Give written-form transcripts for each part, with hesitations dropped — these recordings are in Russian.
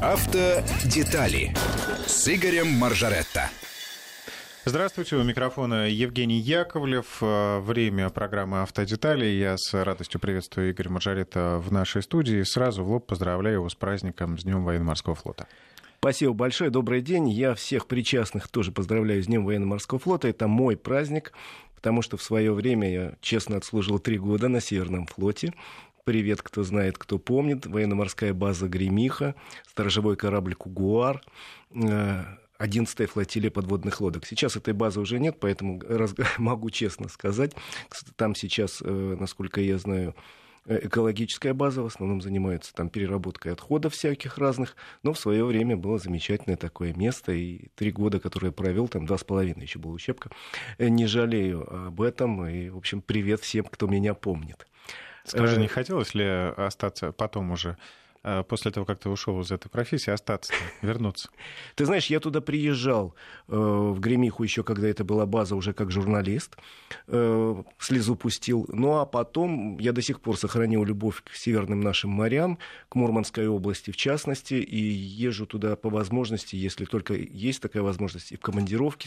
Автодетали с Игорем Маржаретто. Здравствуйте, у микрофона Евгений Яковлев. Время программы «Автодетали». Я с радостью приветствую Игоря Маржаретто в нашей студии. Сразу в лоб поздравляю его с праздником, с Днем военно-морского флота. Спасибо большое, добрый день. Я всех причастных тоже поздравляю с Днем военно-морского флота. Это мой праздник, потому что в свое время я честно отслужил 3 года на Северном флоте. Привет, кто знает, кто помнит. Военно-морская база «Гремиха», сторожевой корабль «Кугуар», 11-я флотилия подводных лодок. Сейчас этой базы уже нет, поэтому могу честно сказать. Там сейчас, насколько я знаю, экологическая база, в основном занимается там переработкой отходов всяких разных, но в свое время было замечательное такое место, и 3 года, которые я провел, там 2,5 еще была учебка, не жалею об этом, и, в общем, привет всем, кто меня помнит. Скажи, не хотелось ли остаться потом уже, после того, как ты ушел из этой профессии, остаться, вернуться? Ты знаешь, я туда приезжал в Гремиху еще, когда это была база, уже как журналист, слезу пустил. Ну а потом я до сих пор сохранил любовь к северным нашим морям, к Мурманской области в частности, и езжу туда по возможности, если только есть такая возможность, и в командировке.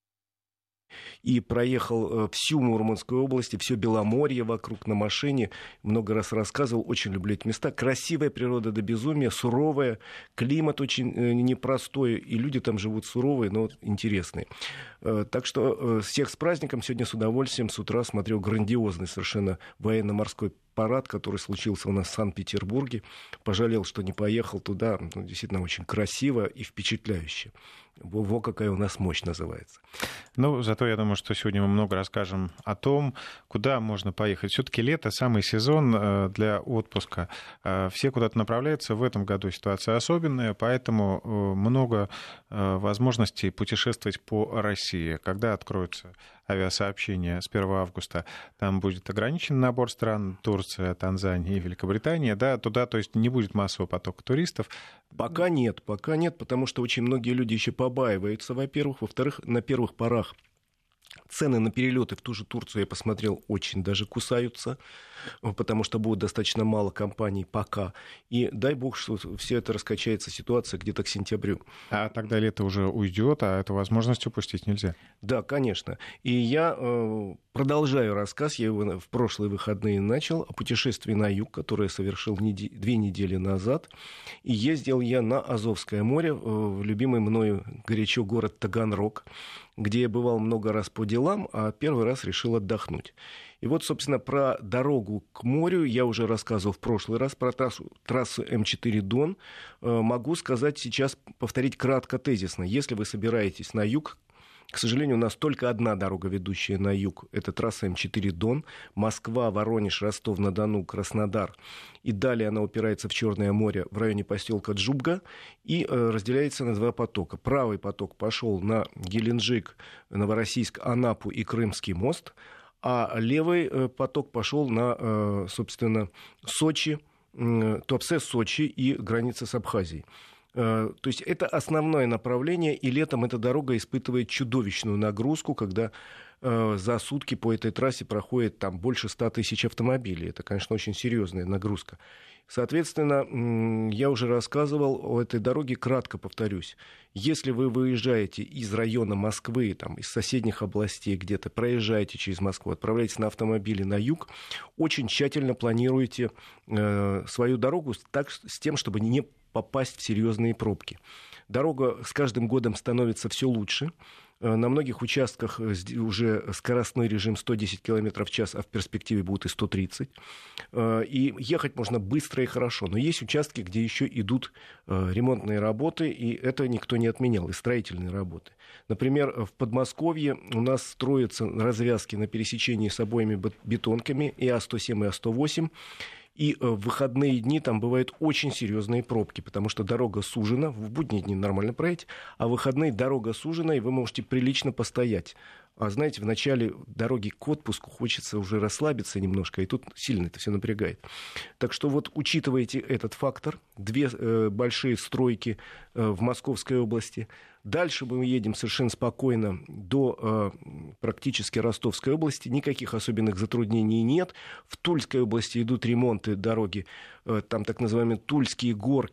И проехал всю Мурманскую область, все Беломорье вокруг на машине. Много раз рассказывал, очень люблю эти места. Красивая природа до безумия, суровая, климат очень непростой, и люди там живут суровые, но интересные. Так что всех с праздником. Сегодня с удовольствием с утра смотрел грандиозный совершенно военно-морской парад, который случился у нас в Санкт-Петербурге. Пожалел, что не поехал туда. Действительно очень красиво и впечатляюще. Во какая у нас мощь называется. Ну, зато я думаю, что сегодня мы много расскажем о том, куда можно поехать. Все-таки лето — самый сезон для отпуска. Все куда-то направляются. В этом году ситуация особенная, поэтому много возможностей путешествовать по России. Когда откроются авиасообщения с 1 августа, там будет ограниченный набор стран: Турция, Танзания и Великобритания. Да, туда, то есть, не будет массового потока туристов. Пока нет, потому что очень многие люди еще побаиваются, во-первых. Во-вторых, на первых порах цены на перелеты в ту же Турцию, я посмотрел, очень даже кусаются, потому что будет достаточно мало компаний пока. И дай бог, что все это раскачается, ситуация где-то к сентябрю. А тогда лето уже уйдет, а эту возможность упустить нельзя. Да, конечно. И я продолжаю рассказ, я его в прошлые выходные начал, о путешествии на юг, которое я совершил 2 недели назад. И ездил я на Азовское море, в любимый мною горячо город Таганрог, где я бывал много раз по делам, а первый раз решил отдохнуть. И вот, собственно, про дорогу к морю я уже рассказывал в прошлый раз, про трассу М4 Дон. Могу сказать сейчас, повторить кратко, тезисно. Если вы собираетесь на юг, к сожалению, у нас только одна дорога, ведущая на юг. Это трасса М4 Дон. Москва, Воронеж, Ростов-на-Дону, Краснодар. И далее она упирается в Черное море в районе поселка Джубга и разделяется на 2 потока. Правый поток пошел на Геленджик, Новороссийск, Анапу и Крымский мост, а левый поток пошел на, собственно, Сочи, Туапсе, Сочи и граница с Абхазией. То есть это основное направление, и летом эта дорога испытывает чудовищную нагрузку, когда за сутки по этой трассе проходит там больше 100 тысяч автомобилей. Это, конечно, очень серьезная нагрузка. Соответственно, я уже рассказывал о этой дороге, кратко повторюсь. Если вы выезжаете из района Москвы, там, из соседних областей где-то, проезжаете через Москву, отправляетесь на автомобиле на юг, очень тщательно планируйте свою дорогу с тем, чтобы не попасть в серьезные пробки. Дорога с каждым годом становится все лучше. На многих участках уже скоростной режим 110 км в час, а в перспективе будет и 130. И ехать можно быстро и хорошо. Но есть участки, где еще идут ремонтные работы, и это никто не отменял, и строительные работы. Например, в Подмосковье у нас строятся развязки на пересечении с обоими бетонками и А107, и А108. И в выходные дни там бывают очень серьезные пробки, потому что дорога сужена, в будние дни нормально проедете, а в выходные дорога сужена, и вы можете прилично постоять. А знаете, в начале дороги к отпуску хочется уже расслабиться немножко, и тут сильно это все напрягает. Так что вот учитывайте этот фактор. 2 большие стройки в Московской области. Дальше мы едем совершенно спокойно до практически Ростовской области. Никаких особенных затруднений нет. В Тульской области идут ремонты дороги, там так называемые Тульские горки.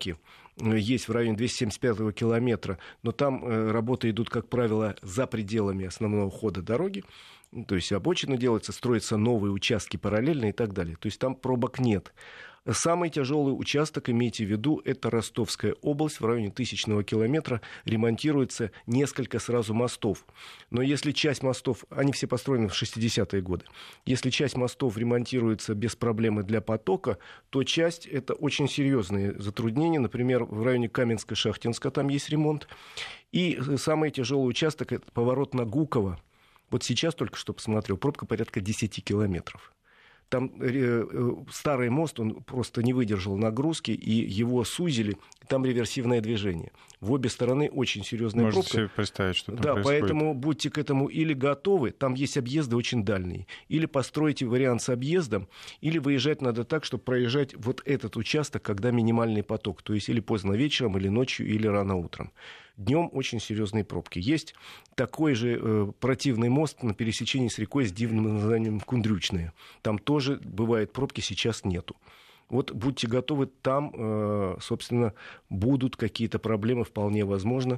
есть в районе 275-го километра, но там работы идут, как правило, за пределами основного хода дороги. То есть обочина делается, строятся новые участки параллельно и так далее. То есть там пробок нет. Самый тяжелый участок, имейте в виду, это Ростовская область. В районе 1000-го километра ремонтируется несколько сразу мостов. Но если часть мостов, они все построены в 60-е годы, если часть мостов ремонтируется без проблемы для потока, то часть это очень серьезные затруднения. Например, в районе Каменска-Шахтинска там есть ремонт. И самый тяжелый участок это поворот на Гуково. Вот сейчас только что посмотрел, пробка порядка 10 километров. Там старый мост, он просто не выдержал нагрузки, и его сузили, там реверсивное движение. В обе стороны очень серьезная пробка. Можете себе представить, что там происходит. Поэтому будьте к этому или готовы, там есть объезды очень дальние, или постройте вариант с объездом, или выезжать надо так, чтобы проезжать вот этот участок, когда минимальный поток, то есть или поздно вечером, или ночью, или рано утром. Днем очень серьезные пробки. Есть такой же противный мост на пересечении с рекой с дивным названием Кундрючная. Там тоже бывают пробки, сейчас нету. Вот будьте готовы, там, собственно, будут какие-то проблемы, вполне возможно.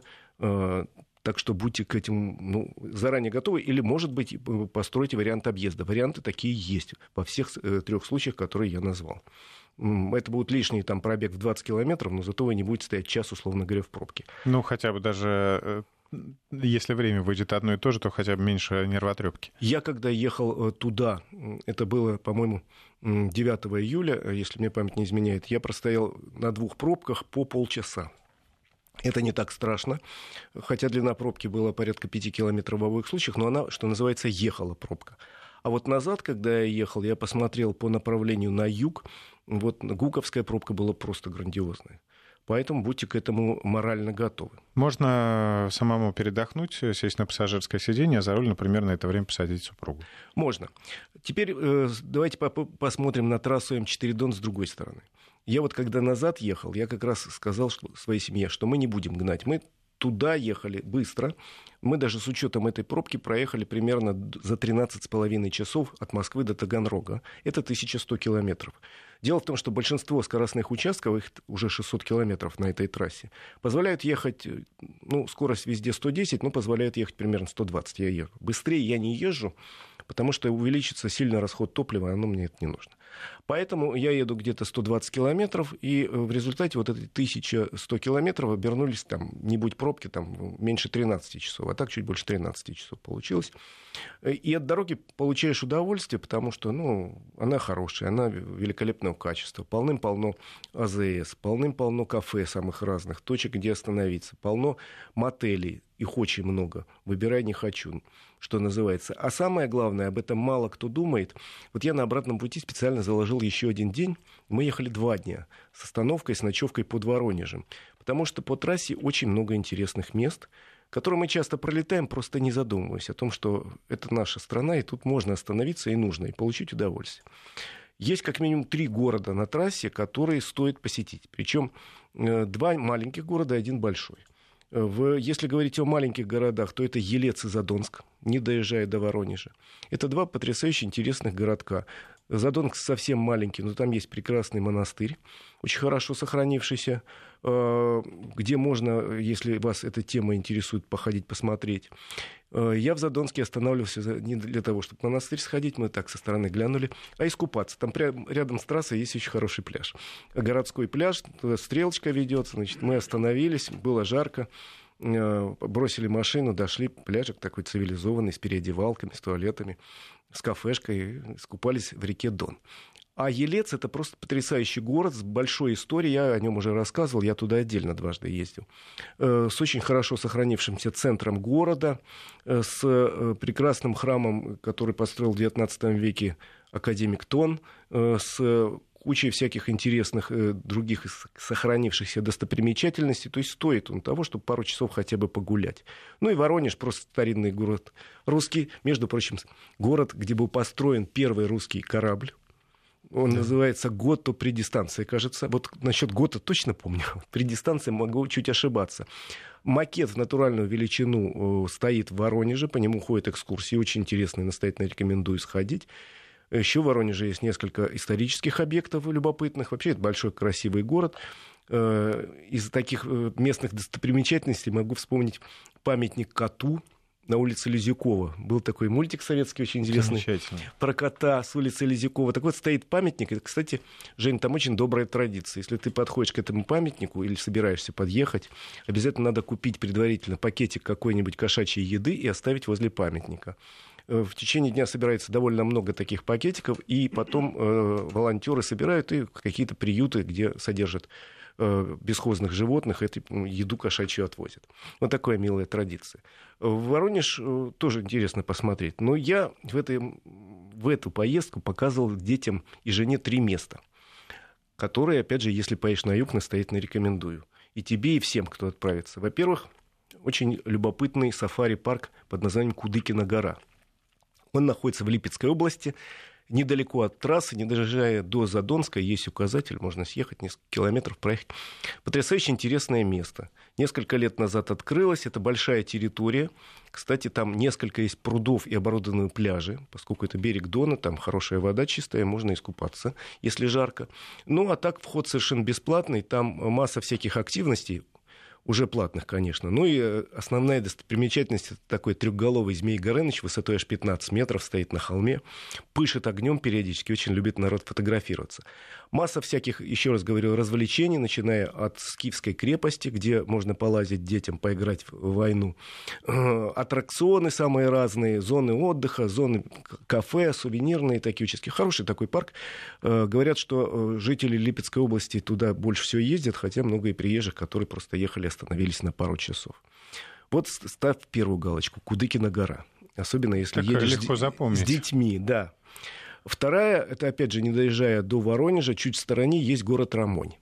Так что будьте к этому заранее готовы. Или, может быть, постройте вариант объезда. Варианты такие есть во всех 3 случаях, которые я назвал. Это будет лишний там пробег в 20 километров, но зато вы не будете стоять час, условно говоря, в пробке. Ну, хотя бы даже если время выйдет одно и то же, то хотя бы меньше нервотрепки. Я когда ехал туда, это было, по-моему, 9 июля, если мне память не изменяет, я простоял на 2 пробках по полчаса. Это не так страшно, хотя длина пробки была порядка 5 километров в обоих случаях, но она, что называется, ехала пробка. А вот назад, когда я ехал, я посмотрел по направлению на юг, вот Гуковская пробка была просто грандиозная. Поэтому будьте к этому морально готовы. Можно самому передохнуть, сесть на пассажирское сиденье, а за руль, например, на это время посадить супругу. Можно. Теперь давайте посмотрим на трассу М4 Дон с другой стороны. Я вот когда назад ехал, я как раз сказал своей семье, что мы не будем гнать. Мы туда ехали быстро. Мы даже с учетом этой пробки проехали примерно за 13,5 часов от Москвы до Таганрога. Это 1100 километров. Дело в том, что большинство скоростных участков, их уже 600 километров на этой трассе, позволяют ехать, скорость везде 110, но позволяют ехать примерно 120. Я ехал. Быстрее я не езжу, потому что увеличится сильно расход топлива, а мне это не нужно. Поэтому я еду где-то 120 километров, и в результате вот эти 1100 километров обернулись, там, не будь пробки, там, меньше 13 часов, а так чуть больше 13 часов получилось. И от дороги получаешь удовольствие, потому что, она хорошая, она великолепного качества. Полным-полно АЗС, полным-полно кафе самых разных, точек, где остановиться, полно мотелей, их очень много. Выбирай не хочу, что называется. А самое главное, об этом мало кто думает. Вот я на обратном пути специально заложил еще один день. Мы ехали 2 дня с остановкой, с ночевкой под Воронежем. Потому что по трассе очень много интересных мест, которые мы часто пролетаем, просто не задумываясь о том, что это наша страна, и тут можно остановиться, и нужно, и получить удовольствие. Есть как минимум 3 города на трассе, которые стоит посетить. Причем 2 маленьких города и 1 большой. Если говорить о маленьких городах, то это Елец и Задонск, не доезжая до Воронежа. Это 2 потрясающе интересных городка. Задонск совсем маленький, но там есть прекрасный монастырь, очень хорошо сохранившийся, где можно, если вас эта тема интересует, походить, посмотреть. Я в Задонске останавливался не для того, чтобы в монастырь сходить, мы так со стороны глянули, а искупаться. Там рядом с трассой есть очень хороший пляж. Городской пляж, туда стрелочка ведется, значит, мы остановились, было жарко, бросили машину, дошли, пляжик такой цивилизованный, с переодевалками, с туалетами, с кафешкой, искупались в реке Дон. А Елец — это просто потрясающий город с большой историей. Я о нем уже рассказывал, я туда отдельно дважды ездил. С очень хорошо сохранившимся центром города, с прекрасным храмом, который построил в XIX веке академик Тон, с кучей всяких интересных других сохранившихся достопримечательностей. То есть стоит он того, чтобы пару часов хотя бы погулять. Ну и Воронеж — просто старинный город. Русский, между прочим, город, где был построен первый русский корабль. Он называется Гото при дистанции, кажется. Вот насчет Гото точно помню. При дистанции могу чуть ошибаться. Макет в натуральную величину стоит в Воронеже. По нему ходят экскурсии. Очень интересные, настоятельно рекомендую сходить. Еще в Воронеже есть несколько исторических объектов любопытных. Вообще, это большой красивый город. Из таких местных достопримечательностей могу вспомнить памятник коту на улице Лизюкова. Был такой мультик советский очень известный про кота с улицы Лизюкова. Так вот, стоит памятник. И, кстати, Жень, там очень добрая традиция. Если ты подходишь к этому памятнику или собираешься подъехать, обязательно надо купить предварительно пакетик какой-нибудь кошачьей еды и оставить возле памятника. В течение дня собирается довольно много таких пакетиков, и потом волонтеры собирают и какие-то приюты, где содержат бесхозных животных, эту еду кошачью отвозят. Вот такая милая традиция. В Воронеж тоже интересно посмотреть. Но я в эту поездку показывал детям и жене 3 места, которые, опять же, если поедешь на юг, настоятельно рекомендую. И тебе, и всем, кто отправится. Во-первых, очень любопытный сафари-парк под названием Кудыкина гора. Он находится в Липецкой области, недалеко от трассы, не доезжая до Задонска, есть указатель, можно съехать несколько километров, проехать. Потрясающе интересное место. Несколько лет назад открылось, это большая территория. Кстати, там несколько есть прудов и оборудованные пляжи, поскольку это берег Дона, там хорошая вода чистая, можно искупаться, если жарко. Ну, а так вход совершенно бесплатный, там масса всяких активностей, уже платных, конечно. Ну и основная достопримечательность — это такой трехголовый Змей Горыныч, высотой аж 15 метров, стоит на холме, пышет огнем периодически, очень любит народ фотографироваться. Масса всяких, еще раз говорю, развлечений, начиная от Скифской крепости, где можно полазить детям, поиграть в войну. Аттракционы самые разные, зоны отдыха, зоны кафе, сувенирные такие участки. Хороший такой парк. Говорят, что жители Липецкой области туда больше всего ездят, хотя много и приезжих, которые просто ехали, остановились на пару часов. Вот ставь первую галочку. Кудыкина гора. Особенно если так едешь с детьми. Да. Вторая, это, опять же, не доезжая до Воронежа, чуть в стороне есть город Ромонь.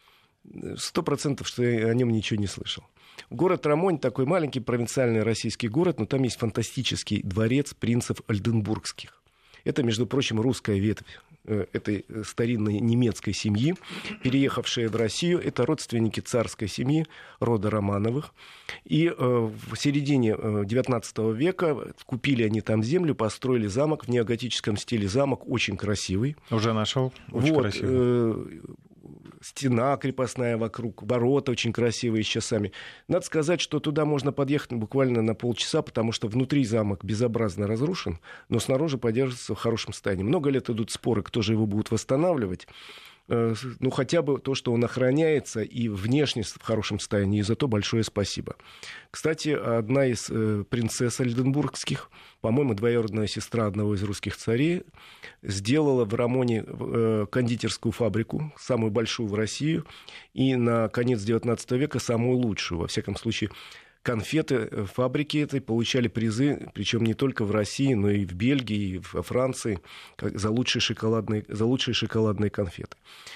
100%, что я о нем ничего не слышал. Город Ромонь такой маленький провинциальный российский город, но там есть фантастический дворец принцев Ольденбургских. Это, между прочим, русская ветвь этой старинной немецкой семьи, переехавшие в Россию. Это родственники царской семьи, рода Романовых. И в середине XIX века купили они там землю, построили замок в неоготическом стиле. Замок очень красивый. Уже нашел? Очень красивый. Стена крепостная вокруг, ворота очень красивые с часами. Надо сказать, что туда можно подъехать буквально на полчаса, потому что внутри замок безобразно разрушен, но снаружи поддерживается в хорошем состоянии. Много лет идут споры, кто же его будет восстанавливать. Ну, хотя бы то, что он охраняется и внешне в хорошем состоянии, и за то большое спасибо. Кстати, одна из принцесс Ольденбургских, по-моему, двоюродная сестра одного из русских царей, сделала в Ромоне кондитерскую фабрику, самую большую в России, и на конец XIX века самую лучшую. Во всяком случае, конфеты фабрики этой получали призы, причем не только в России, но и в Бельгии, и во Франции, за лучшие шоколадные конфеты.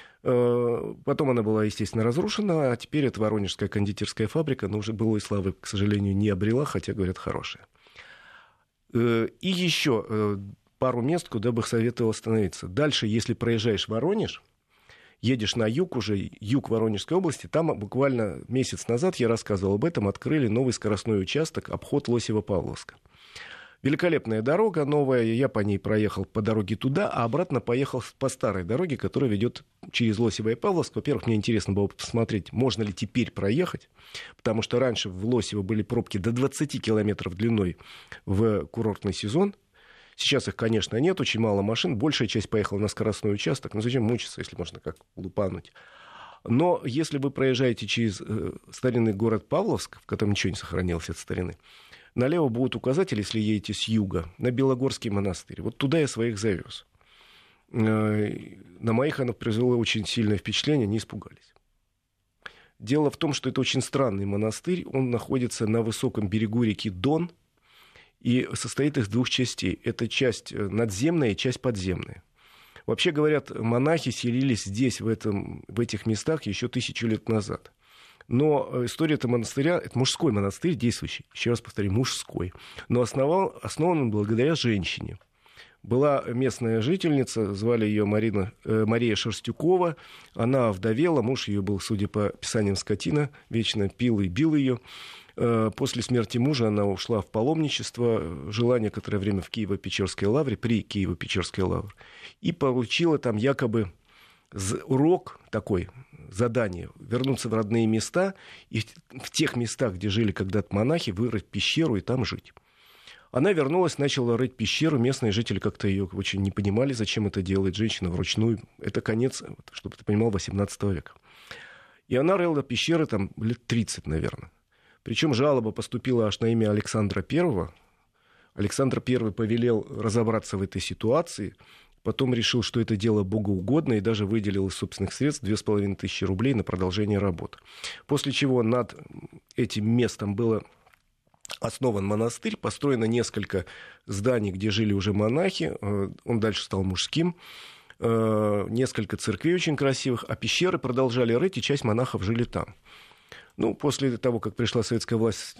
Потом она была, естественно, разрушена, а теперь это Воронежская кондитерская фабрика, но уже былой славы, к сожалению, не обрела, хотя, говорят, хорошая. И еще пару мест, куда бы советовал остановиться. Дальше, если проезжаешь Воронеж, едешь на юг уже, юг Воронежской области, там буквально месяц назад, я рассказывал об этом, открыли новый скоростной участок, обход Лосева-Павловска. Великолепная дорога новая, я по ней проехал по дороге туда, а обратно поехал по старой дороге, которая ведет через Лосево и Павловск. Во-первых, мне интересно было посмотреть, можно ли теперь проехать, потому что раньше в Лосево были пробки до 20 километров длиной в курортный сезон. Сейчас их, конечно, нет, очень мало машин. Большая часть поехала на скоростной участок. Но зачем мучиться, если можно как лупануть? Но если вы проезжаете через старинный город Павловск, в котором ничего не сохранилось от старины, налево будет указатель, если едете с юга, на Белогорский монастырь. Вот туда я своих завез. На моих оно произвело очень сильное впечатление, не испугались. Дело в том, что это очень странный монастырь. Он находится на высоком берегу реки Дон и состоит из двух частей. Это часть надземная и часть подземная. Вообще, говорят, монахи селились здесь, в этих местах, еще 1000 лет назад. Но история этого монастыря, это мужской монастырь, действующий, еще раз повторю, мужской. Но основан он благодаря женщине. Была местная жительница, звали ее Мария Шерстюкова. Она вдовела, муж ее был, судя по описаниям, скотина, вечно пил и бил ее. После смерти мужа она ушла в паломничество, жила некоторое время в Киево-Печерской лавре, при Киево-Печерской лавре, и получила там якобы урок такой, задание вернуться в родные места и в тех местах, где жили когда-то монахи, вырыть пещеру и там жить. Она вернулась, начала рыть пещеру. Местные жители как-то ее очень не понимали, зачем это делает женщина вручную. Это конец, чтобы ты понимал, 18 века. И она рыла пещеры там лет 30, наверное. Причем жалоба поступила аж на имя Александра I. Александр I повелел разобраться в этой ситуации. Потом решил, что это дело богоугодно, и даже выделил из собственных средств 2500 рублей на продолжение работы. После чего над этим местом было основан монастырь, построено несколько зданий, где жили уже монахи. Он дальше стал мужским. Несколько церквей очень красивых, а пещеры продолжали рыть, и часть монахов жили там. Ну, после того, как пришла советская власть,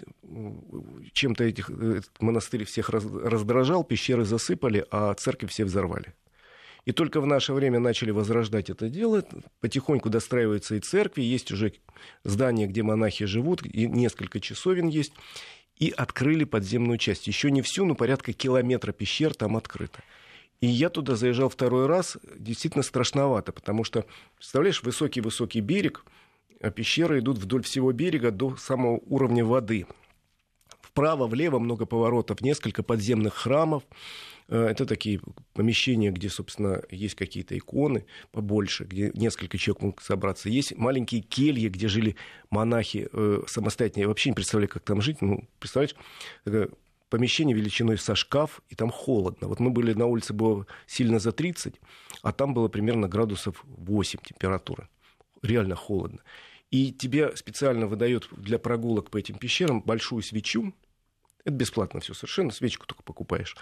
чем-то этот монастырь всех раздражал, пещеры засыпали, а церкви все взорвали. И только в наше время начали возрождать это дело. Потихоньку достраиваются и церкви, есть уже здания, где монахи живут, и несколько часовен есть. И открыли подземную часть. Еще не всю, но порядка километра пещер там открыто. И я туда заезжал второй раз, действительно страшновато, потому что, представляешь, высокий-высокий берег, а пещеры идут вдоль всего берега до самого уровня воды. Вправо, влево много поворотов, несколько подземных храмов. Это такие помещения, где, собственно, есть какие-то иконы побольше, где несколько человек могут собраться. Есть маленькие кельи, где жили монахи самостоятельно. Я вообще не представляю, как там жить. Ну, представляешь, помещение величиной со шкаф, и там холодно. Вот мы были на улице, было сильно за 30, а там было примерно градусов 8 температура. Реально холодно. И тебе специально выдают для прогулок по этим пещерам большую свечу. Это бесплатно все совершенно, свечку только покупаешь.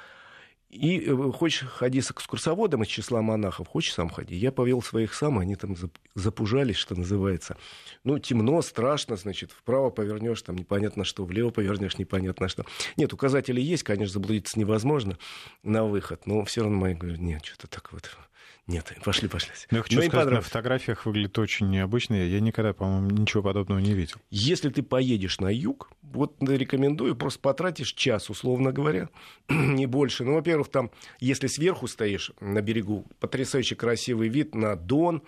И хочешь, ходи с экскурсоводом из числа монахов, хочешь, сам ходи. Я повел своих сам, они там запужались, что называется. Ну, темно, страшно, значит, вправо повернешь, там непонятно что, влево повернешь, непонятно что. Нет, указатели есть, конечно, заблудиться невозможно на выход, но все равно я говорю, нет, что-то так вот... Нет, пошли. Но я хочу сказать, на фотографиях выглядит очень необычно. Я никогда, по-моему, ничего подобного не видел. Если ты поедешь на юг, вот рекомендую, просто потратишь час, условно говоря, не больше. Ну, во-первых, там, если сверху стоишь на берегу, потрясающе красивый вид на Дон.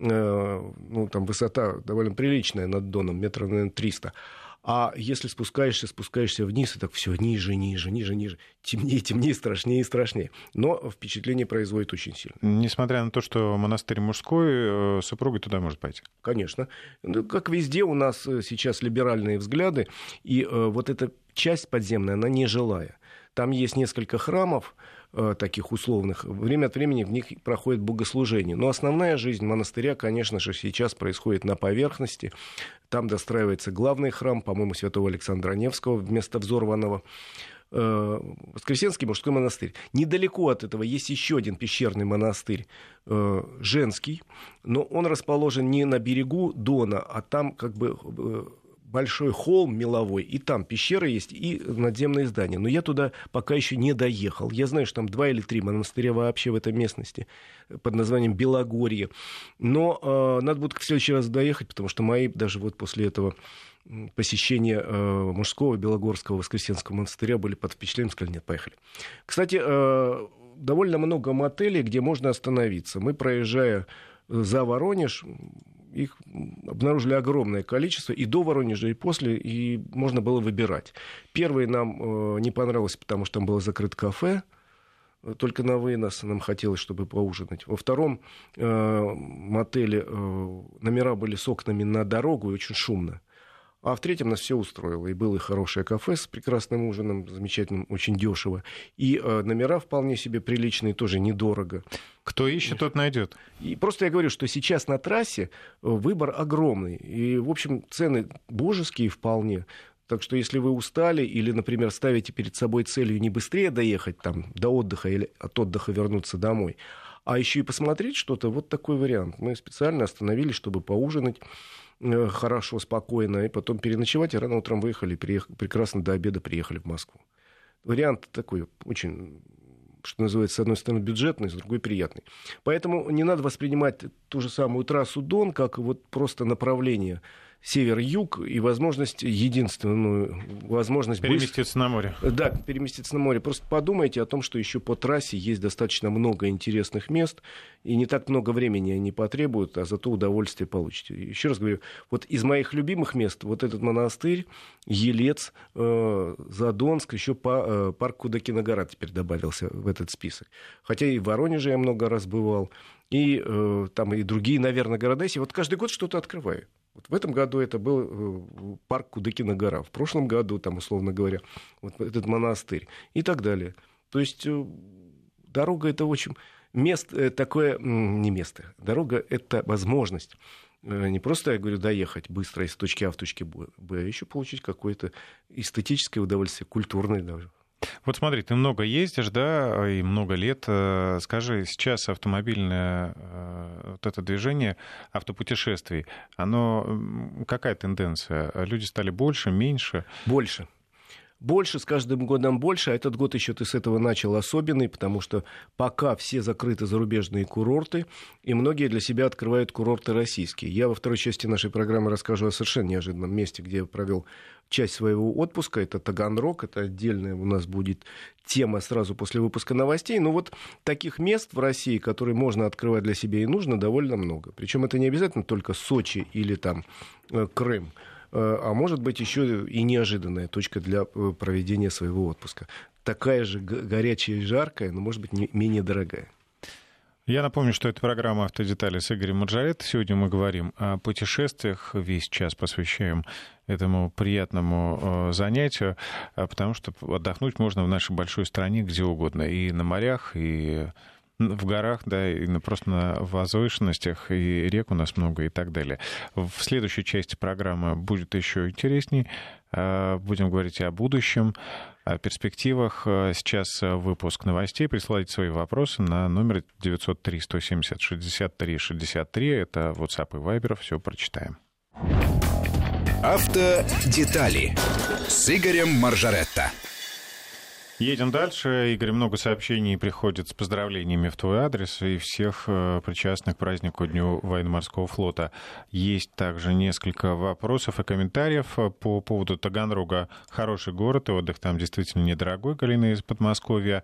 Ну, там высота довольно приличная над Доном, метров, наверное, 300. А если спускаешься вниз, и так все ниже, темнее, страшнее и страшнее. Но впечатление производит очень сильно. Несмотря на то, что монастырь мужской, супруга туда может пойти? Конечно. Ну, как везде у нас сейчас либеральные взгляды, и вот эта часть подземная, она нежилая. Там есть несколько храмов, таких условных. Время от времени в них проходит богослужение. Но основная жизнь монастыря, конечно же, сейчас происходит на поверхности. Там достраивается главный храм, по-моему, святого Александра Невского вместо взорванного. Воскресенский мужской монастырь. Недалеко от этого есть еще один пещерный монастырь, женский, но он расположен не на берегу Дона, а там как бы... большой холм меловой, и там пещеры есть, и надземные здания. Но я туда пока еще не доехал. Я знаю, что там 2 или 3 монастыря вообще в этой местности под названием Белогорье. Но надо будет в следующий раз доехать, потому что мои даже вот после этого посещения мужского Белогорского Воскресенского монастыря были под впечатлением, сказали, нет, поехали. Кстати, довольно много мотелей, где можно остановиться. Мы, проезжая за Воронеж, их обнаружили огромное количество, и до Воронежа, и после, и можно было выбирать. Первый нам не понравился, потому что там было закрыто кафе, только на вынос, нам хотелось, чтобы поужинать. Во втором мотеле номера были с окнами на дорогу, и очень шумно. А в третьем нас все устроило. И было и хорошее кафе с прекрасным ужином, замечательным, очень дешево. И номера вполне себе приличные, тоже недорого. Кто ищет, тот найдет. И просто я говорю, что сейчас на трассе выбор огромный. И, в общем, цены божеские вполне. Так что если вы устали или, например, ставите перед собой целью не быстрее доехать там, до отдыха или от отдыха вернуться домой, а еще и посмотреть что-то, вот такой вариант. Мы специально остановились, чтобы поужинать хорошо, спокойно, и потом переночевать, и рано утром выехали, прекрасно до обеда приехали в Москву. Вариант такой очень, что называется, с одной стороны бюджетный, с другой приятный. Поэтому не надо воспринимать ту же самую трассу Дон как вот просто направление. север-юг и возможность, единственную возможность... Переместиться на море. Да, переместиться на море. Просто подумайте о том, что еще по трассе есть достаточно много интересных мест, и не так много времени они потребуют, а зато удовольствие получите. Еще раз говорю, вот из моих любимых мест вот этот монастырь, Елец, Задонск, еще парк Кудыкина-гора теперь добавился в этот список. Хотя и в Воронеже я много раз бывал, и там и другие, наверное, города есть. И вот каждый год что-то открываю. Вот в этом году это был парк Кудыкина-гора, в прошлом году, там, условно говоря, вот этот монастырь и так далее. То есть дорога — это очень... Место такое... Не место. Дорога — это возможность. Не просто, я говорю, доехать быстро из точки А в точке Б, а еще получить какое-то эстетическое удовольствие, культурное даже. Вот смотри, ты много ездишь, да, и много лет. Скажи, сейчас автомобильное вот это движение автопутешествий, оно какая тенденция? Люди стали больше, меньше? Больше. Больше, с каждым годом больше, а этот год еще ты с этого начал особенный, потому что пока все закрыты зарубежные курорты, и многие для себя открывают курорты российские. Я во второй части нашей программы расскажу о совершенно неожиданном месте, где я провел часть своего отпуска. Это Таганрог, это отдельная у нас будет тема сразу после выпуска новостей. Но вот таких мест в России, которые можно открывать для себя и нужно, довольно много. Причем это не обязательно только Сочи или там Крым, а может быть еще и неожиданная точка для проведения своего отпуска. Такая же горячая и жаркая, но, может быть, не менее дорогая. Я напомню, что это программа «Автодетали» с Игорем Маржаретто. Сегодня мы говорим о путешествиях. Весь час посвящаем этому приятному занятию, потому что отдохнуть можно в нашей большой стране где угодно. И на морях, и в горах, да, и просто на возвышенностях, и рек у нас много, и так далее. В следующей части программы будет еще интересней. Будем говорить о будущем, о перспективах. Сейчас выпуск новостей. Присылайте свои вопросы на номер 903-170-63-63. Это WhatsApp и Viber. Все прочитаем. Автодетали с Игорем Маржаретто. Едем дальше. Игорь, много сообщений приходит с поздравлениями в твой адрес и всех причастных к празднику Дню военно-морского флота. Есть также несколько вопросов и комментариев по поводу Таганрога. Хороший город, и отдых там действительно недорогой. Галина из Подмосковья.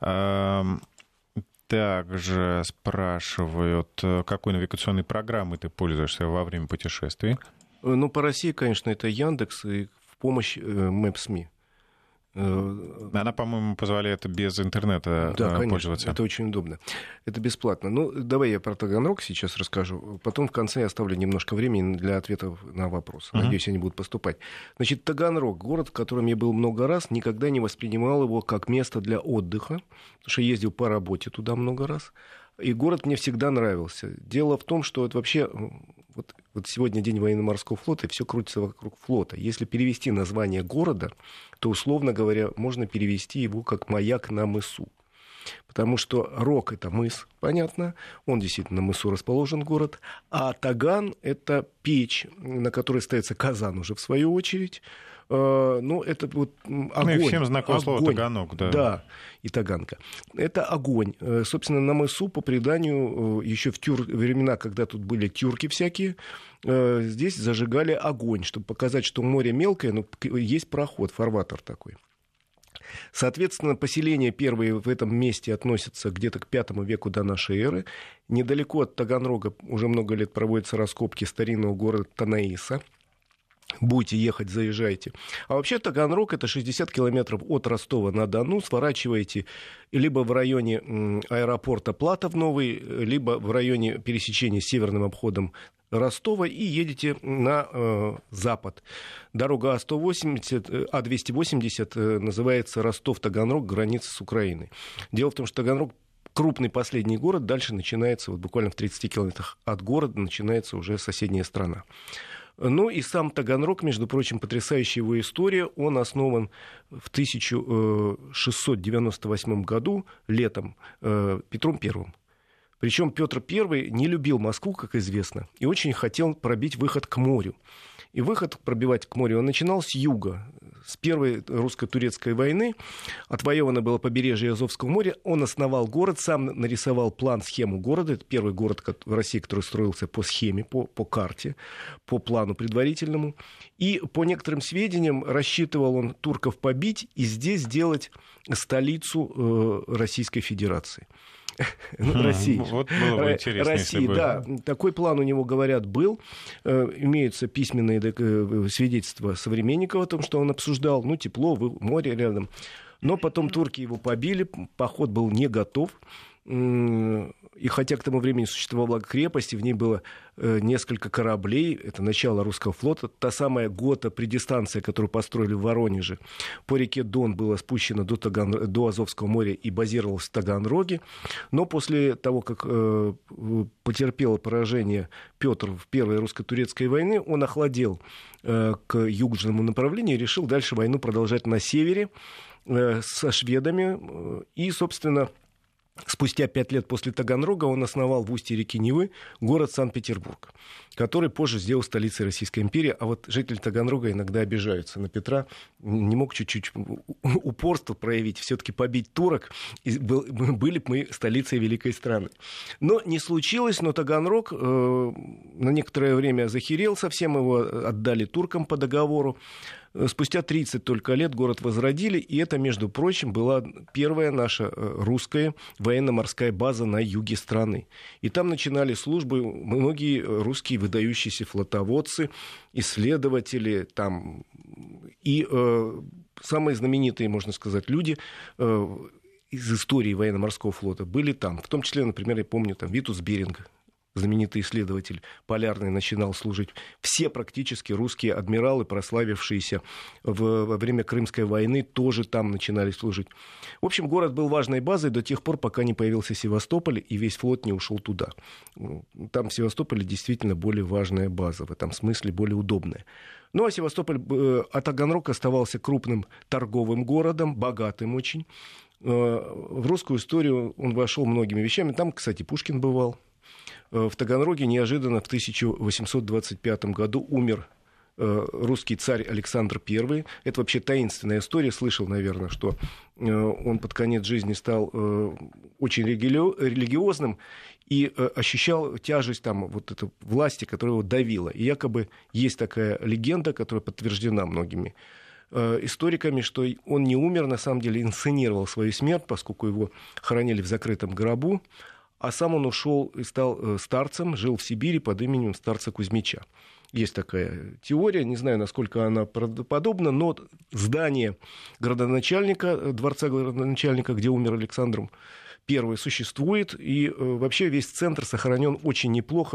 Также спрашивают, какой навигационной программой ты пользуешься во время путешествий? Ну, по России, конечно, это Яндекс и в помощь Maps.me. Она, по-моему, позволяет без интернета пользоваться. Да, это очень удобно. Это бесплатно. Ну, давай я про Таганрог сейчас расскажу. Потом в конце я оставлю немножко времени для ответов на вопросы. Надеюсь, они будут поступать. Значит, Таганрог, город, в котором я был много раз, никогда не воспринимал его как место для отдыха, потому что ездил по работе туда много раз. И город мне всегда нравился. Дело в том, что это вообще... Вот сегодня День военно-морского флота, и все крутится вокруг флота. Если перевести название города, то, условно говоря, можно перевести его как «маяк на мысу». Потому что Рог — это мыс, понятно, он действительно на мысу расположен, город, а Таган — это печь, на которой ставится казан уже в свою очередь. Ну, это вот огонь. Ну, и всем знакомо слово Таганок, да. Да, и Таганка. Это огонь. Собственно, на мысу, по преданию, еще в времена, когда тут были тюрки всякие, здесь зажигали огонь, чтобы показать, что море мелкое, но есть проход, фарватер такой. Соответственно, поселения первые в этом месте относятся где-то к V веку до нашей эры. Недалеко от Таганрога уже много лет проводятся раскопки старинного города Танаиса. Будете ехать, заезжайте. А вообще Таганрог — это 60 километров от Ростова-на-Дону. Сворачиваете либо в районе аэропорта Платов Новый, либо в районе пересечения северным обходом Ростова и едете на запад. Дорога А280 называется Ростов-Таганрог, граница с Украиной. Дело в том, что Таганрог — крупный последний город, дальше начинается, вот буквально в 30 километрах от города начинается уже соседняя страна. Ну и сам Таганрог, между прочим, потрясающая его история. Он основан в 1698 году, летом, Петром I. Причем Петр I не любил Москву, как известно, и очень хотел пробить выход к морю. И выход пробивать к морю он начинал с юга, с первой русско-турецкой войны отвоевано было побережье Азовского моря. Он основал город, сам нарисовал план, схему города. Это первый город в России, который строился по схеме, по карте, по плану предварительному. И по некоторым сведениям рассчитывал он турков побить и здесь сделать столицу Российской Федерации. России. Вот было бы интересно, России, если бы... да. Такой план у него, говорят, был. Имеются письменные свидетельства современников о том, что он обсуждал. Ну, тепло, море рядом. Но потом турки его побили, поход был не готов. И хотя к тому времени существовала крепость, и в ней было несколько кораблей, это начало русского флота, та самая Гота, предистанция, которую построили в Воронеже, по реке Дон была спущена до Азовского моря и базировалась в Таганроге. Но после того, как потерпел поражение Петр в Первой русско-турецкой войне, он охладел к южному направлению и решил дальше войну продолжать на севере со шведами. И, собственно, спустя 5 лет после Таганрога он основал в устье реки Невы город Санкт-Петербург, который позже сделал столицей Российской империи. А вот жители Таганрога иногда обижаются на Петра. Не мог чуть-чуть упорство проявить, все-таки побить турок, и были бы мы столицей великой страны. Но не случилось, но Таганрог на некоторое время захерел совсем, его отдали туркам по договору. Спустя 30 только лет город возродили, и это, между прочим, была первая наша русская военно-морская база на юге страны. И там начинали службы многие русские выдающиеся флотоводцы, исследователи, там, и самые знаменитые, можно сказать, люди из истории военно-морского флота были там. В том числе, например, я помню, там Витус Беринг, знаменитый исследователь полярный, начинал служить. Все практически русские адмиралы, прославившиеся во время Крымской войны, тоже там начинали служить. В общем, город был важной базой до тех пор, пока не появился Севастополь, и весь флот не ушел туда. Там в Севастополе действительно более важная база, в этом смысле более удобная. Ну, а Севастополь, Таганрог оставался крупным торговым городом, богатым очень. В русскую историю он вошел многими вещами. Там, кстати, Пушкин бывал. В Таганроге неожиданно в 1825 году умер русский царь Александр I. Это вообще таинственная история. Слышал, наверное, что он под конец жизни стал очень религиозным и ощущал тяжесть там, вот этой власти, которая его давила. И якобы есть такая легенда, которая подтверждена многими историками, что он не умер, на самом деле инсценировал свою смерть, поскольку его хоронили в закрытом гробу. А сам он ушел и стал старцем, жил в Сибири под именем старца Кузьмича. Есть такая теория, не знаю, насколько она правдоподобна, но здание градоначальника, дворца градоначальника, где умер Александр I, существует, и вообще весь центр сохранен очень неплохо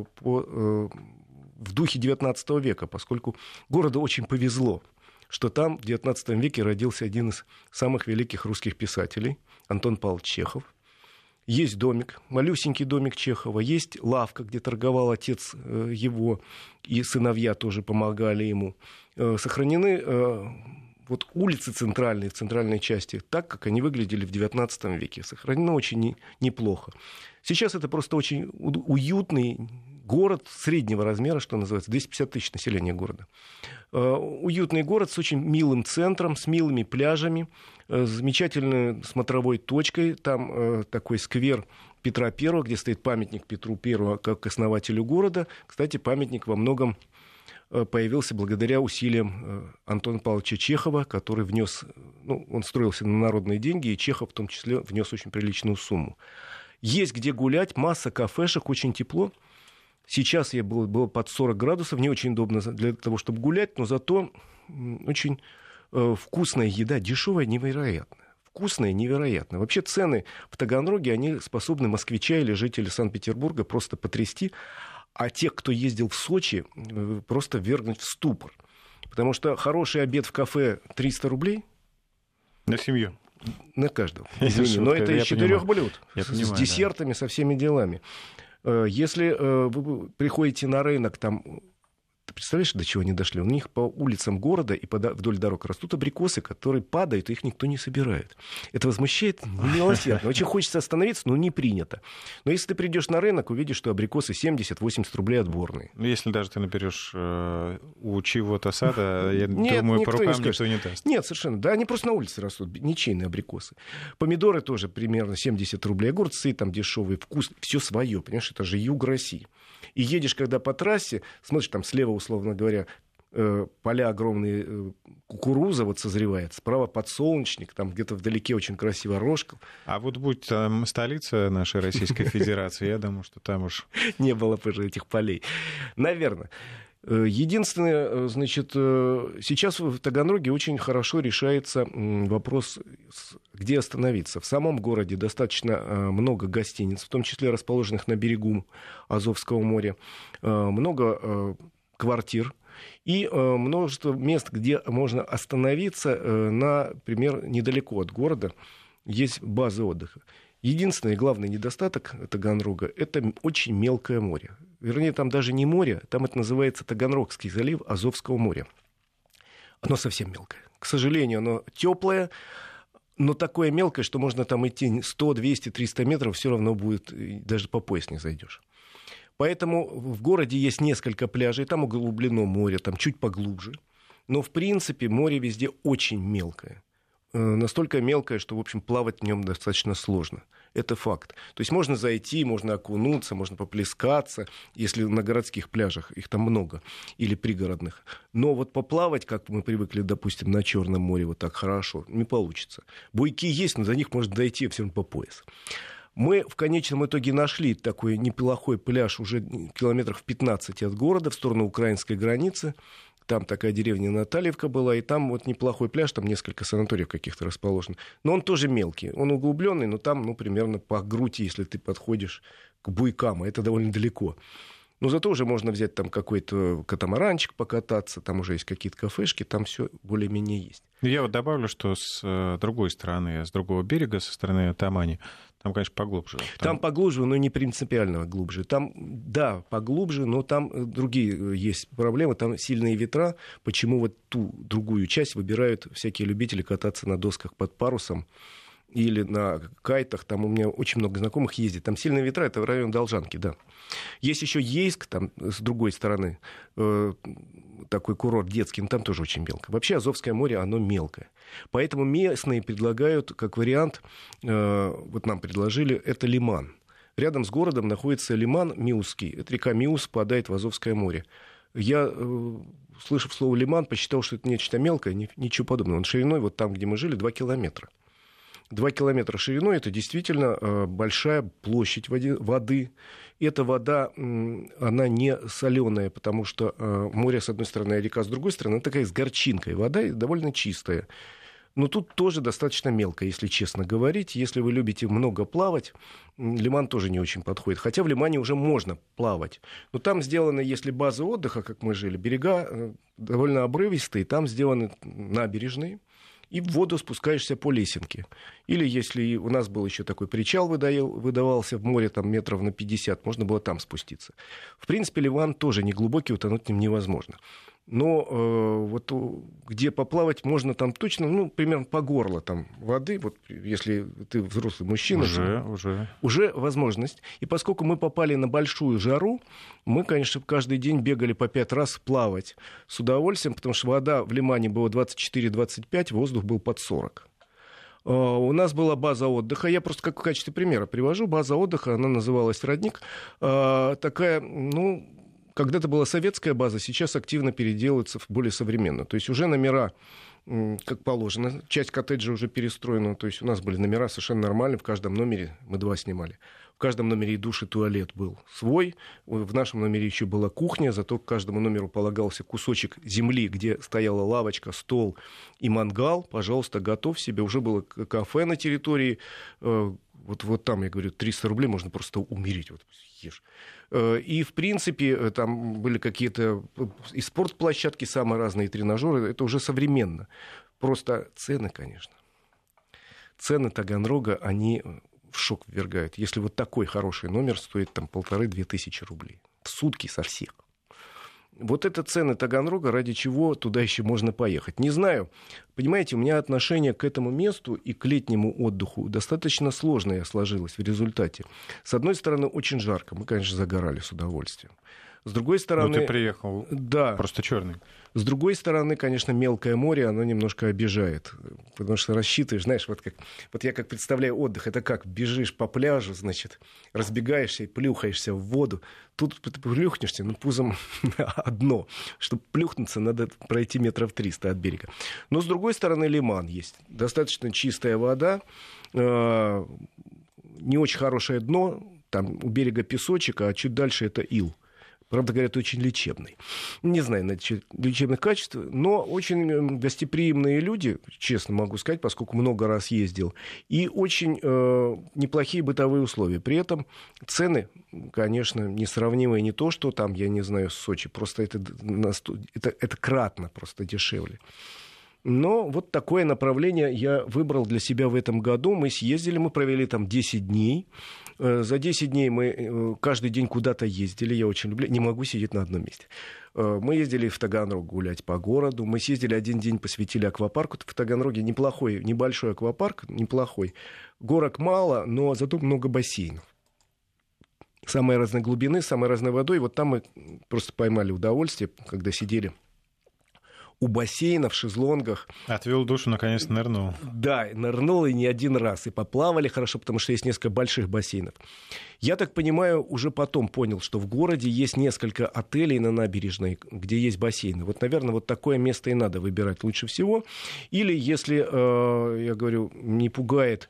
в духе XIX века, поскольку городу очень повезло, что там в XIX веке родился один из самых великих русских писателей, Антон Павлович Чехов. Есть домик, малюсенький домик Чехова, есть лавка, где торговал отец его, и сыновья тоже помогали ему. Сохранены вот улицы центральные, в центральной части, так, как они выглядели в XIX веке. Сохранено очень неплохо. Сейчас это просто очень уютный город среднего размера, что называется, 250 тысяч населения города. Уютный город с очень милым центром, с милыми пляжами, с замечательной смотровой точкой. Там такой сквер Петра I, где стоит памятник Петру I как основателю города. Кстати, памятник во многом появился благодаря усилиям Антона Павловича Чехова, который внес, он строился на народные деньги, и Чехов в том числе внес очень приличную сумму. Есть где гулять, масса кафешек, очень тепло. Сейчас я было под 40 градусов, не очень удобно для того, чтобы гулять, но зато очень вкусная еда, дешевая, невероятно. Вкусная, невероятно. Вообще цены в Таганроге, они способны москвича или жителей Санкт-Петербурга просто потрясти, а тех, кто ездил в Сочи, просто ввергнуть в ступор. Потому что хороший обед в кафе 300 рублей. На семью. На каждого. Извини, но это из 4 блюд. С десертами, да. Со всеми делами. Если вы приходите на рынок, там Ты представляешь, до чего они дошли? У них по улицам города и вдоль дорог растут абрикосы, которые падают, и их никто не собирает. Это возмущает немилосердно. Очень хочется остановиться, но не принято. Но если ты придешь на рынок, увидишь, что абрикосы 70-80 рублей отборные. Если даже ты наберешь у чьего-то сада, я думаю, по рукам никто не даст. Нет, совершенно. Да, они просто на улице растут, ничейные абрикосы. Помидоры тоже примерно 70 рублей. Огурцы там дешевые, вкус, все свое. Понимаешь, это же юг России. И едешь, когда по трассе, смотришь, там слева, условно говоря, поля огромные, кукуруза вот созревает, справа подсолнечник, там где-то вдалеке очень красиво рожка. А вот будь там столица нашей Российской Федерации, я думаю, что там уж... Не было бы же этих полей. Наверное. Единственное, значит, сейчас в Таганроге очень хорошо решается вопрос, где остановиться. В самом городе достаточно много гостиниц, в том числе расположенных на берегу Азовского моря, много квартир и множество мест, где можно остановиться, например, недалеко от города, есть базы отдыха. Единственный главный недостаток Таганрога — это очень мелкое море. Вернее, там даже не море, там это называется Таганрогский залив Азовского моря. Оно совсем мелкое. К сожалению, оно теплое, но такое мелкое, что можно там идти 100, 200, 300 метров, все равно будет, даже по пояс не зайдешь. Поэтому в городе есть несколько пляжей, там углублено море, там чуть поглубже. Но, в принципе, море везде очень мелкое. Настолько мелкое, что, в общем, плавать в нем достаточно сложно. Это факт. То есть можно зайти, можно окунуться, можно поплескаться, если на городских пляжах, их там много, или пригородных. Но вот поплавать, как мы привыкли, допустим, на Черном море, вот так хорошо, не получится. Буйки есть, но за них можно дойти все равно по пояс. Мы в конечном итоге нашли такой неплохой пляж уже километрах в 15 от города, в сторону украинской границы. Там такая деревня Натальевка была, и там вот неплохой пляж, там несколько санаториев каких-то расположено. Но он тоже мелкий, он углубленный, но там, примерно по грудь, если ты подходишь к буйкам, а это довольно далеко. Но зато уже можно взять там какой-то катамаранчик покататься, там уже есть какие-то кафешки, там все более-менее есть. Я вот добавлю, что с другой стороны, с другого берега, со стороны Тамани, там, конечно, поглубже. Там поглубже, но не принципиально глубже. Там, да, поглубже, но там другие есть проблемы. Там сильные ветра. Почему вот ту другую часть выбирают всякие любители кататься на досках под парусом или на кайтах. Там у меня очень много знакомых ездит. Там сильные ветра, это в районе Должанки, да. Есть еще Ейск, там с другой стороны, такой курорт детский, но там тоже очень мелко. Вообще Азовское море, оно мелкое. Поэтому местные предлагают, как вариант, вот нам предложили, это Лиман. Рядом с городом находится Лиман Миусский. Это река Миус впадает в Азовское море. Я, слышав слово «Лиман», посчитал, что это нечто мелкое, ничего подобного. Он шириной, вот там, где мы жили, 2 километра. 2 километра шириной — это действительно большая площадь воды. Эта вода, она не соленая, потому что море с одной стороны, а река с другой стороны, она такая с горчинкой. Вода довольно чистая. Но тут тоже достаточно мелко, если честно говорить. Если вы любите много плавать, Лиман тоже не очень подходит. Хотя в Лимане уже можно плавать. Но там сделаны, если базы отдыха, как мы жили, берега довольно обрывистые, там сделаны набережные. И в воду спускаешься по лесенке. Или если у нас был еще такой причал, выдавался в море там, метров на 50, можно было там спуститься. В принципе, Ливан тоже не глубокий, утонуть в нем невозможно. Но вот где поплавать можно там точно, примерно по горло там воды, вот если ты взрослый мужчина. Уже возможность. И поскольку мы попали на большую жару, мы, конечно, каждый день бегали по 5 раз плавать с удовольствием, потому что вода в Лимане была 24-25, воздух был под 40. У нас была база отдыха, я просто как в качестве примера привожу, база отдыха, она называлась «Родник», такая, когда-то была советская база, сейчас активно переделывается в более современную. То есть уже номера, как положено, часть коттеджа уже перестроена. То есть у нас были номера совершенно нормальные, в каждом номере мы 2 снимали. В каждом номере и душ, и туалет был свой. В нашем номере еще была кухня, зато к каждому номеру полагался кусочек земли, где стояла лавочка, стол и мангал. Пожалуйста, готовь себе. Уже было кафе на территории. Вот там, я говорю, 300 рублей можно просто умереть. Вот ешь. И, в принципе, там были какие-то и спортплощадки, самые разные тренажеры. Это уже современно. Просто цены, конечно. Цены Таганрога, они в шок ввергают. Если вот такой хороший номер стоит там 1500-2000 рублей в сутки со всех. Вот это цены Таганрога, ради чего туда еще можно поехать. Не знаю. Понимаете, у меня отношение к этому месту и к летнему отдыху достаточно сложное сложилось в результате. С одной стороны, очень жарко. Мы, конечно, загорали с удовольствием. С другой стороны... Ну, ты приехал просто черный. С другой стороны, конечно, мелкое море, оно немножко обижает. Потому что рассчитываешь, знаешь, вот я как представляю отдых, это как бежишь по пляжу, значит, разбегаешься и плюхаешься в воду. Тут ты плюхнешься, пузом одно. Чтобы плюхнуться, надо пройти 300 метров от берега. Но с другой стороны, лиман есть. Достаточно чистая вода, не очень хорошее дно, там у берега песочек, а чуть дальше это ил. Правда, говорят, очень лечебный. Не знаю насчет лечебных качеств, но очень гостеприимные люди, честно могу сказать, поскольку много раз ездил, и очень неплохие бытовые условия. При этом цены, конечно, несравнимые, не то, что там, я не знаю, в Сочи, просто это кратно просто дешевле. Но вот такое направление я выбрал для себя в этом году. Мы съездили, мы провели там 10 дней. За 10 дней мы каждый день куда-то ездили. Я очень люблю, не могу сидеть на одном месте. Мы ездили в Таганрог гулять по городу. Мы съездили один день, посвятили аквапарку. В Таганроге неплохой, небольшой аквапарк, неплохой. Горок мало, но зато много бассейнов. Самой разной глубины, самой разной водой. Вот там мы просто поймали удовольствие, когда сидели у бассейна, в шезлонгах. Отвел душу, наконец-то нырнул. Да, нырнул и не один раз. И поплавали хорошо, потому что есть несколько больших бассейнов. Я так понимаю, уже потом понял, что в городе есть несколько отелей на набережной, где есть бассейны. Вот, наверное, вот такое место и надо выбирать лучше всего. Или, если, я говорю, не пугает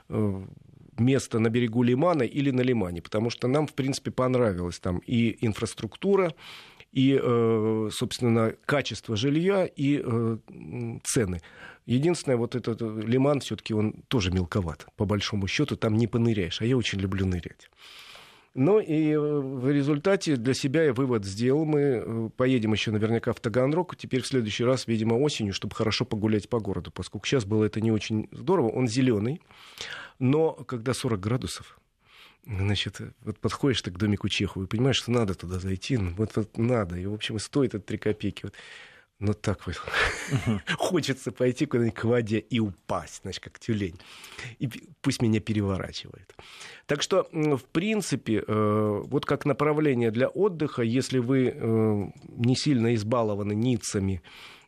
место на берегу лимана или на лимане, потому что нам, в принципе, понравилось там и инфраструктура, и, собственно, качество жилья, и цены. Единственное, вот этот лиман все-таки он тоже мелковат, по большому счету, там не поныряешь, а я очень люблю нырять. Ну и в результате для себя я вывод сделал. Мы поедем еще наверняка в Таганрог, теперь в следующий раз, видимо, осенью, чтобы хорошо погулять по городу, поскольку сейчас было это не очень здорово, он зеленый, но когда 40 градусов, значит, вот подходишь ты к домику Чехова и понимаешь, что надо туда зайти, вот надо, и, в общем, и стоит это 3 копейки. Вот. Но так вот хочется пойти куда-нибудь к воде и упасть, значит, как тюлень. И пусть меня переворачивает. Так что, в принципе, вот как направление для отдыха, если вы не сильно избалованы Ниццами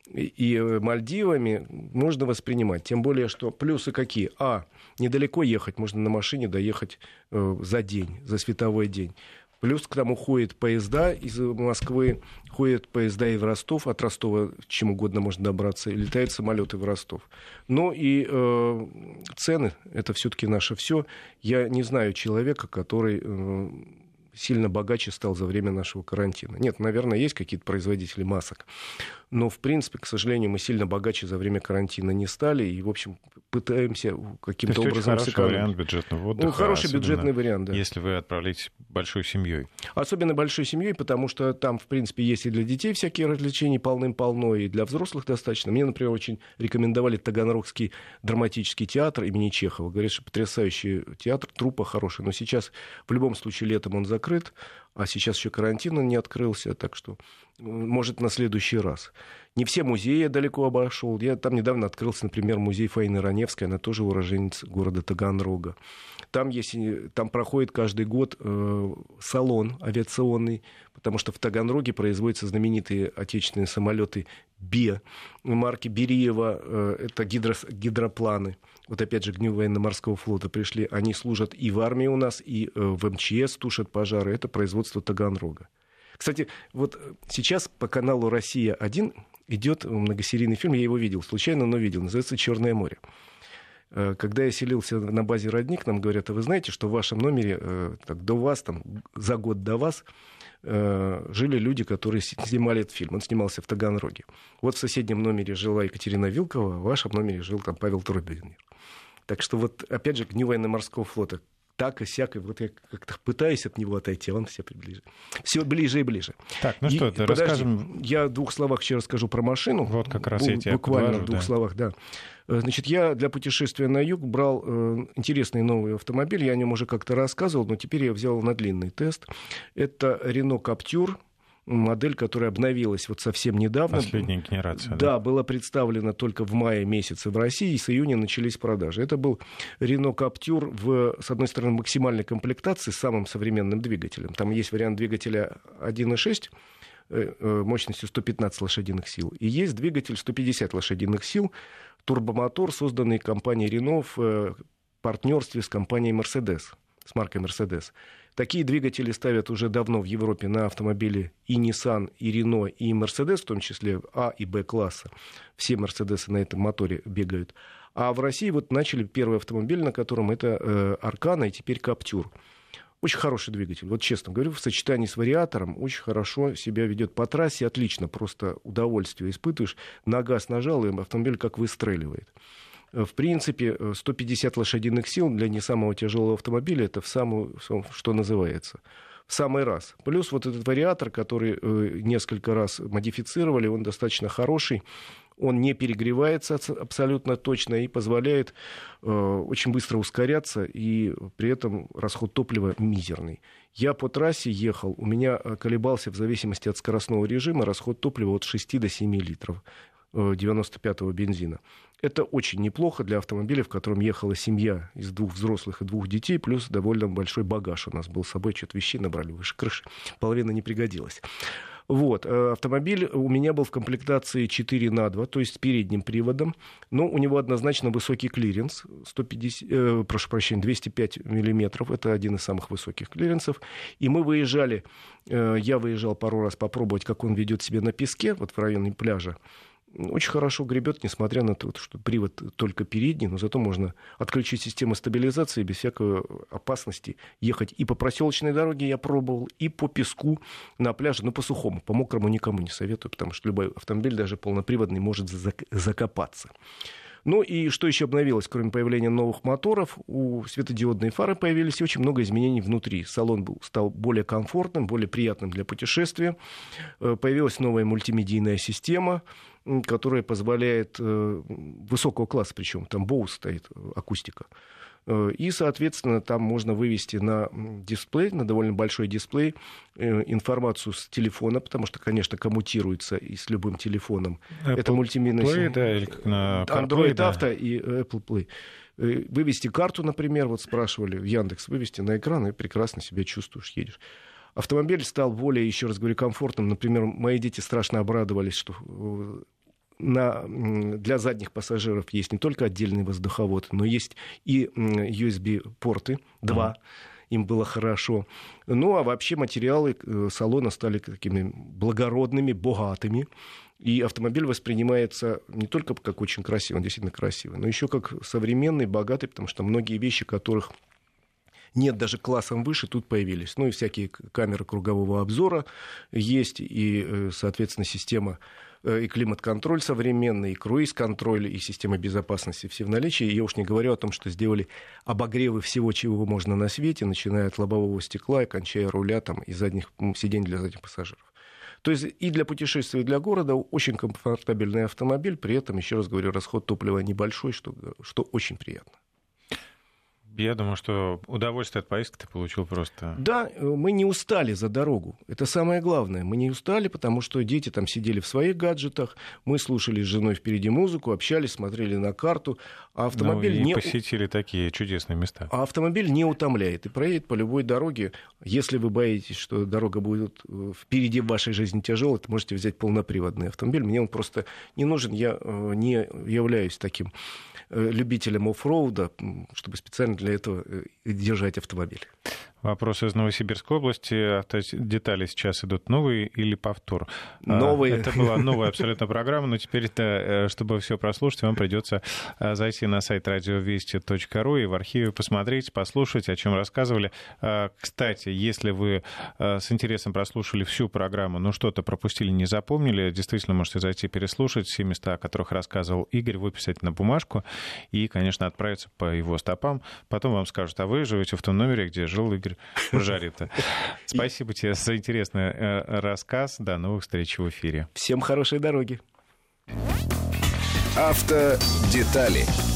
и Мальдивами, можно воспринимать. Тем более, что плюсы какие? Недалеко ехать, можно на машине доехать за день, за световой день. Плюс к тому ходят поезда из Москвы, ходят поезда и в Ростов, от Ростова чем угодно можно добраться, и летают самолеты в Ростов. Ну и цены, это все-таки наше все. Я не знаю человека, который сильно богаче стал за время нашего карантина. Нет, наверное, есть какие-то производители масок. Но, в принципе, к сожалению, мы сильно богаче за время карантина не стали. И, в общем, пытаемся каким-то образом сэкономить. Хороший вариант бюджетного отдыха. Хороший бюджетный вариант, да. Если вы отправляетесь большой семьей. Особенно большой семьей, потому что там, в принципе, есть и для детей всякие развлечения полным-полно, и для взрослых достаточно. Мне, например, очень рекомендовали Таганрогский драматический театр имени Чехова. Говорят, что потрясающий театр, труппа хорошая. Но сейчас, в любом случае, летом он закрыт, а сейчас еще карантин не открылся, так что, может, на следующий раз. Не все музеи я далеко обошел. Там недавно открылся, например, музей Фаины Раневской, она тоже уроженец города Таганрога. Там проходит каждый год салон авиационный, потому что в Таганроге производятся знаменитые отечественные самолеты Бе марки Бериева, это гидропланы. Вот опять же, Гнев военно-морского флота пришли. Они служат и в армии у нас, и в МЧС тушат пожары. Это производство Таганрога. Кстати, вот сейчас по каналу «Россия-1» идет многосерийный фильм, я его видел, случайно, но видел, называется «Черное море». Когда я селился на базе «Родник», нам говорят, а вы знаете, что в вашем номере до вас, за год до вас, жили люди, которые снимали этот фильм. Он снимался в Таганроге. Вот в соседнем номере жила Екатерина Вилкова, в вашем номере жил Павел Трубинер. Так что вот, опять же, Гнев военно-морского флота. Так и сяк, и вот я как-то пытаюсь от него отойти, а он все приближе. Все ближе и ближе. Так, ну что, расскажем... Я в 2 словах еще расскажу про машину. Вот как раз я тебя буквально подвожу, в 2 словах, да. Значит, я для путешествия на юг брал интересный новый автомобиль. Я о нем уже как-то рассказывал, но теперь я взял на длинный тест. Это Renault Captur модель, которая обновилась вот совсем недавно. Последняя генерация. Да, была представлена только в мае месяце в России, и с июня начались продажи. Это был Renault Captur с одной стороны, максимальной комплектации с самым современным двигателем. Там есть вариант двигателя 1.6, мощностью 115 лошадиных сил. И есть двигатель 150 лошадиных сил, турбомотор, созданный компанией Renault в партнерстве с компанией Mercedes, с маркой Mercedes. Такие двигатели ставят уже давно в Европе на автомобили и Nissan, и Renault, и Mercedes, в том числе А и Б класса. Все Mercedes на этом моторе бегают. А в России вот начали первый автомобиль, на котором это Аркана и теперь Captur. Очень хороший двигатель. Вот честно говорю, в сочетании с вариатором очень хорошо себя ведет по трассе. Отлично, просто удовольствие испытываешь. На газ нажал, и автомобиль как выстреливает. В принципе, 150 лошадиных сил для не самого тяжелого автомобиля — это в самую, что называется, в самый раз. Плюс вот этот вариатор, который несколько раз модифицировали, он достаточно хороший. Он не перегревается абсолютно точно и позволяет очень быстро ускоряться, и при этом расход топлива мизерный. Я по трассе ехал, у меня колебался в зависимости от скоростного режима расход топлива от 6 до 7 литров 95-го бензина. Это очень неплохо для автомобиля, в котором ехала семья из 2 взрослых и 2 детей, плюс довольно большой багаж у нас был с собой, что-то вещей набрали выше крыши, половина не пригодилась. Вот. Автомобиль у меня был в комплектации 4х2, то есть с передним приводом, но у него однозначно высокий клиренс, 205 миллиметров, это один из самых высоких клиренсов. И мы выезжали, я выезжал пару раз попробовать, как он ведет себя на песке, вот в районе пляжа. Очень хорошо гребет, несмотря на то, что привод только передний, но зато можно отключить систему стабилизации без всякой опасности ехать и по проселочной дороге я пробовал, и по песку на пляже, но по сухому, по мокрому никому не советую, потому что любой автомобиль, даже полноприводный, может закопаться. Ну и что еще обновилось, кроме появления новых моторов? У светодиодные фары появились, и очень много изменений внутри. Салон стал более комфортным, более приятным для путешествия. Появилась новая мультимедийная система, которая позволяет высокого класса, причем там Bose стоит, акустика. И, соответственно, там можно вывести на дисплей, на довольно большой дисплей, информацию с телефона, потому что, конечно, коммутируется и с любым телефоном. Apple Это мультимедийная Play, да, или как на Android да. Auto и Apple Play. Вывести карту, например, вот спрашивали, в Яндекс вывести на экран, и прекрасно себя чувствуешь, едешь. Автомобиль стал более, еще раз говорю, комфортным. Например, мои дети страшно обрадовались, что для задних пассажиров есть не только отдельный воздуховод, но есть и USB-порты, 2. Им было хорошо. Ну, а вообще материалы салона стали такими благородными, богатыми. И автомобиль воспринимается не только как очень красивый, он действительно красивый, но еще как современный, богатый, потому что многие вещи, которых нет даже классом выше, тут появились. Ну, и всякие камеры кругового обзора есть, и, соответственно, система и климат-контроль современный, и круиз-контроль, и система безопасности все в наличии. Я уж не говорю о том, что сделали обогревы всего, чего можно на свете, начиная от лобового стекла и кончая руля там, и задних сидений для задних пассажиров. То есть и для путешествий, и для города очень комфортабельный автомобиль, при этом, еще раз говорю, расход топлива небольшой, что очень приятно. Я думаю, что удовольствие от поездки ты получил просто. Да, мы не устали за дорогу. Это самое главное. Мы не устали, потому что дети там сидели в своих гаджетах, мы слушали с женой впереди музыку, общались, смотрели на карту. А автомобиль и посетили такие чудесные места. А автомобиль не утомляет и проедет по любой дороге. Если вы боитесь, что дорога будет впереди в вашей жизни тяжелой, то можете взять полноприводный автомобиль. Мне он просто не нужен. Я не являюсь таким любителем оффроуда, чтобы специально для этого держать автомобиль. Вопрос из Новосибирской области. Детали сейчас идут новые или повтор? Новые. Это была новая абсолютно программа, но теперь, чтобы все прослушать, вам придется зайти на сайт радиовести.ру и в архиве посмотреть, послушать, о чем рассказывали. Кстати, если вы с интересом прослушали всю программу, но что-то пропустили, не запомнили, действительно можете зайти переслушать все места, о которых рассказывал Игорь, выписать на бумажку и, конечно, отправиться по его стопам. Потом вам скажут, а вы живете в том номере, где жил Игорь Маржаретта. Спасибо тебе за интересный рассказ. До новых встреч в эфире. Всем хорошей дороги. Автодетали.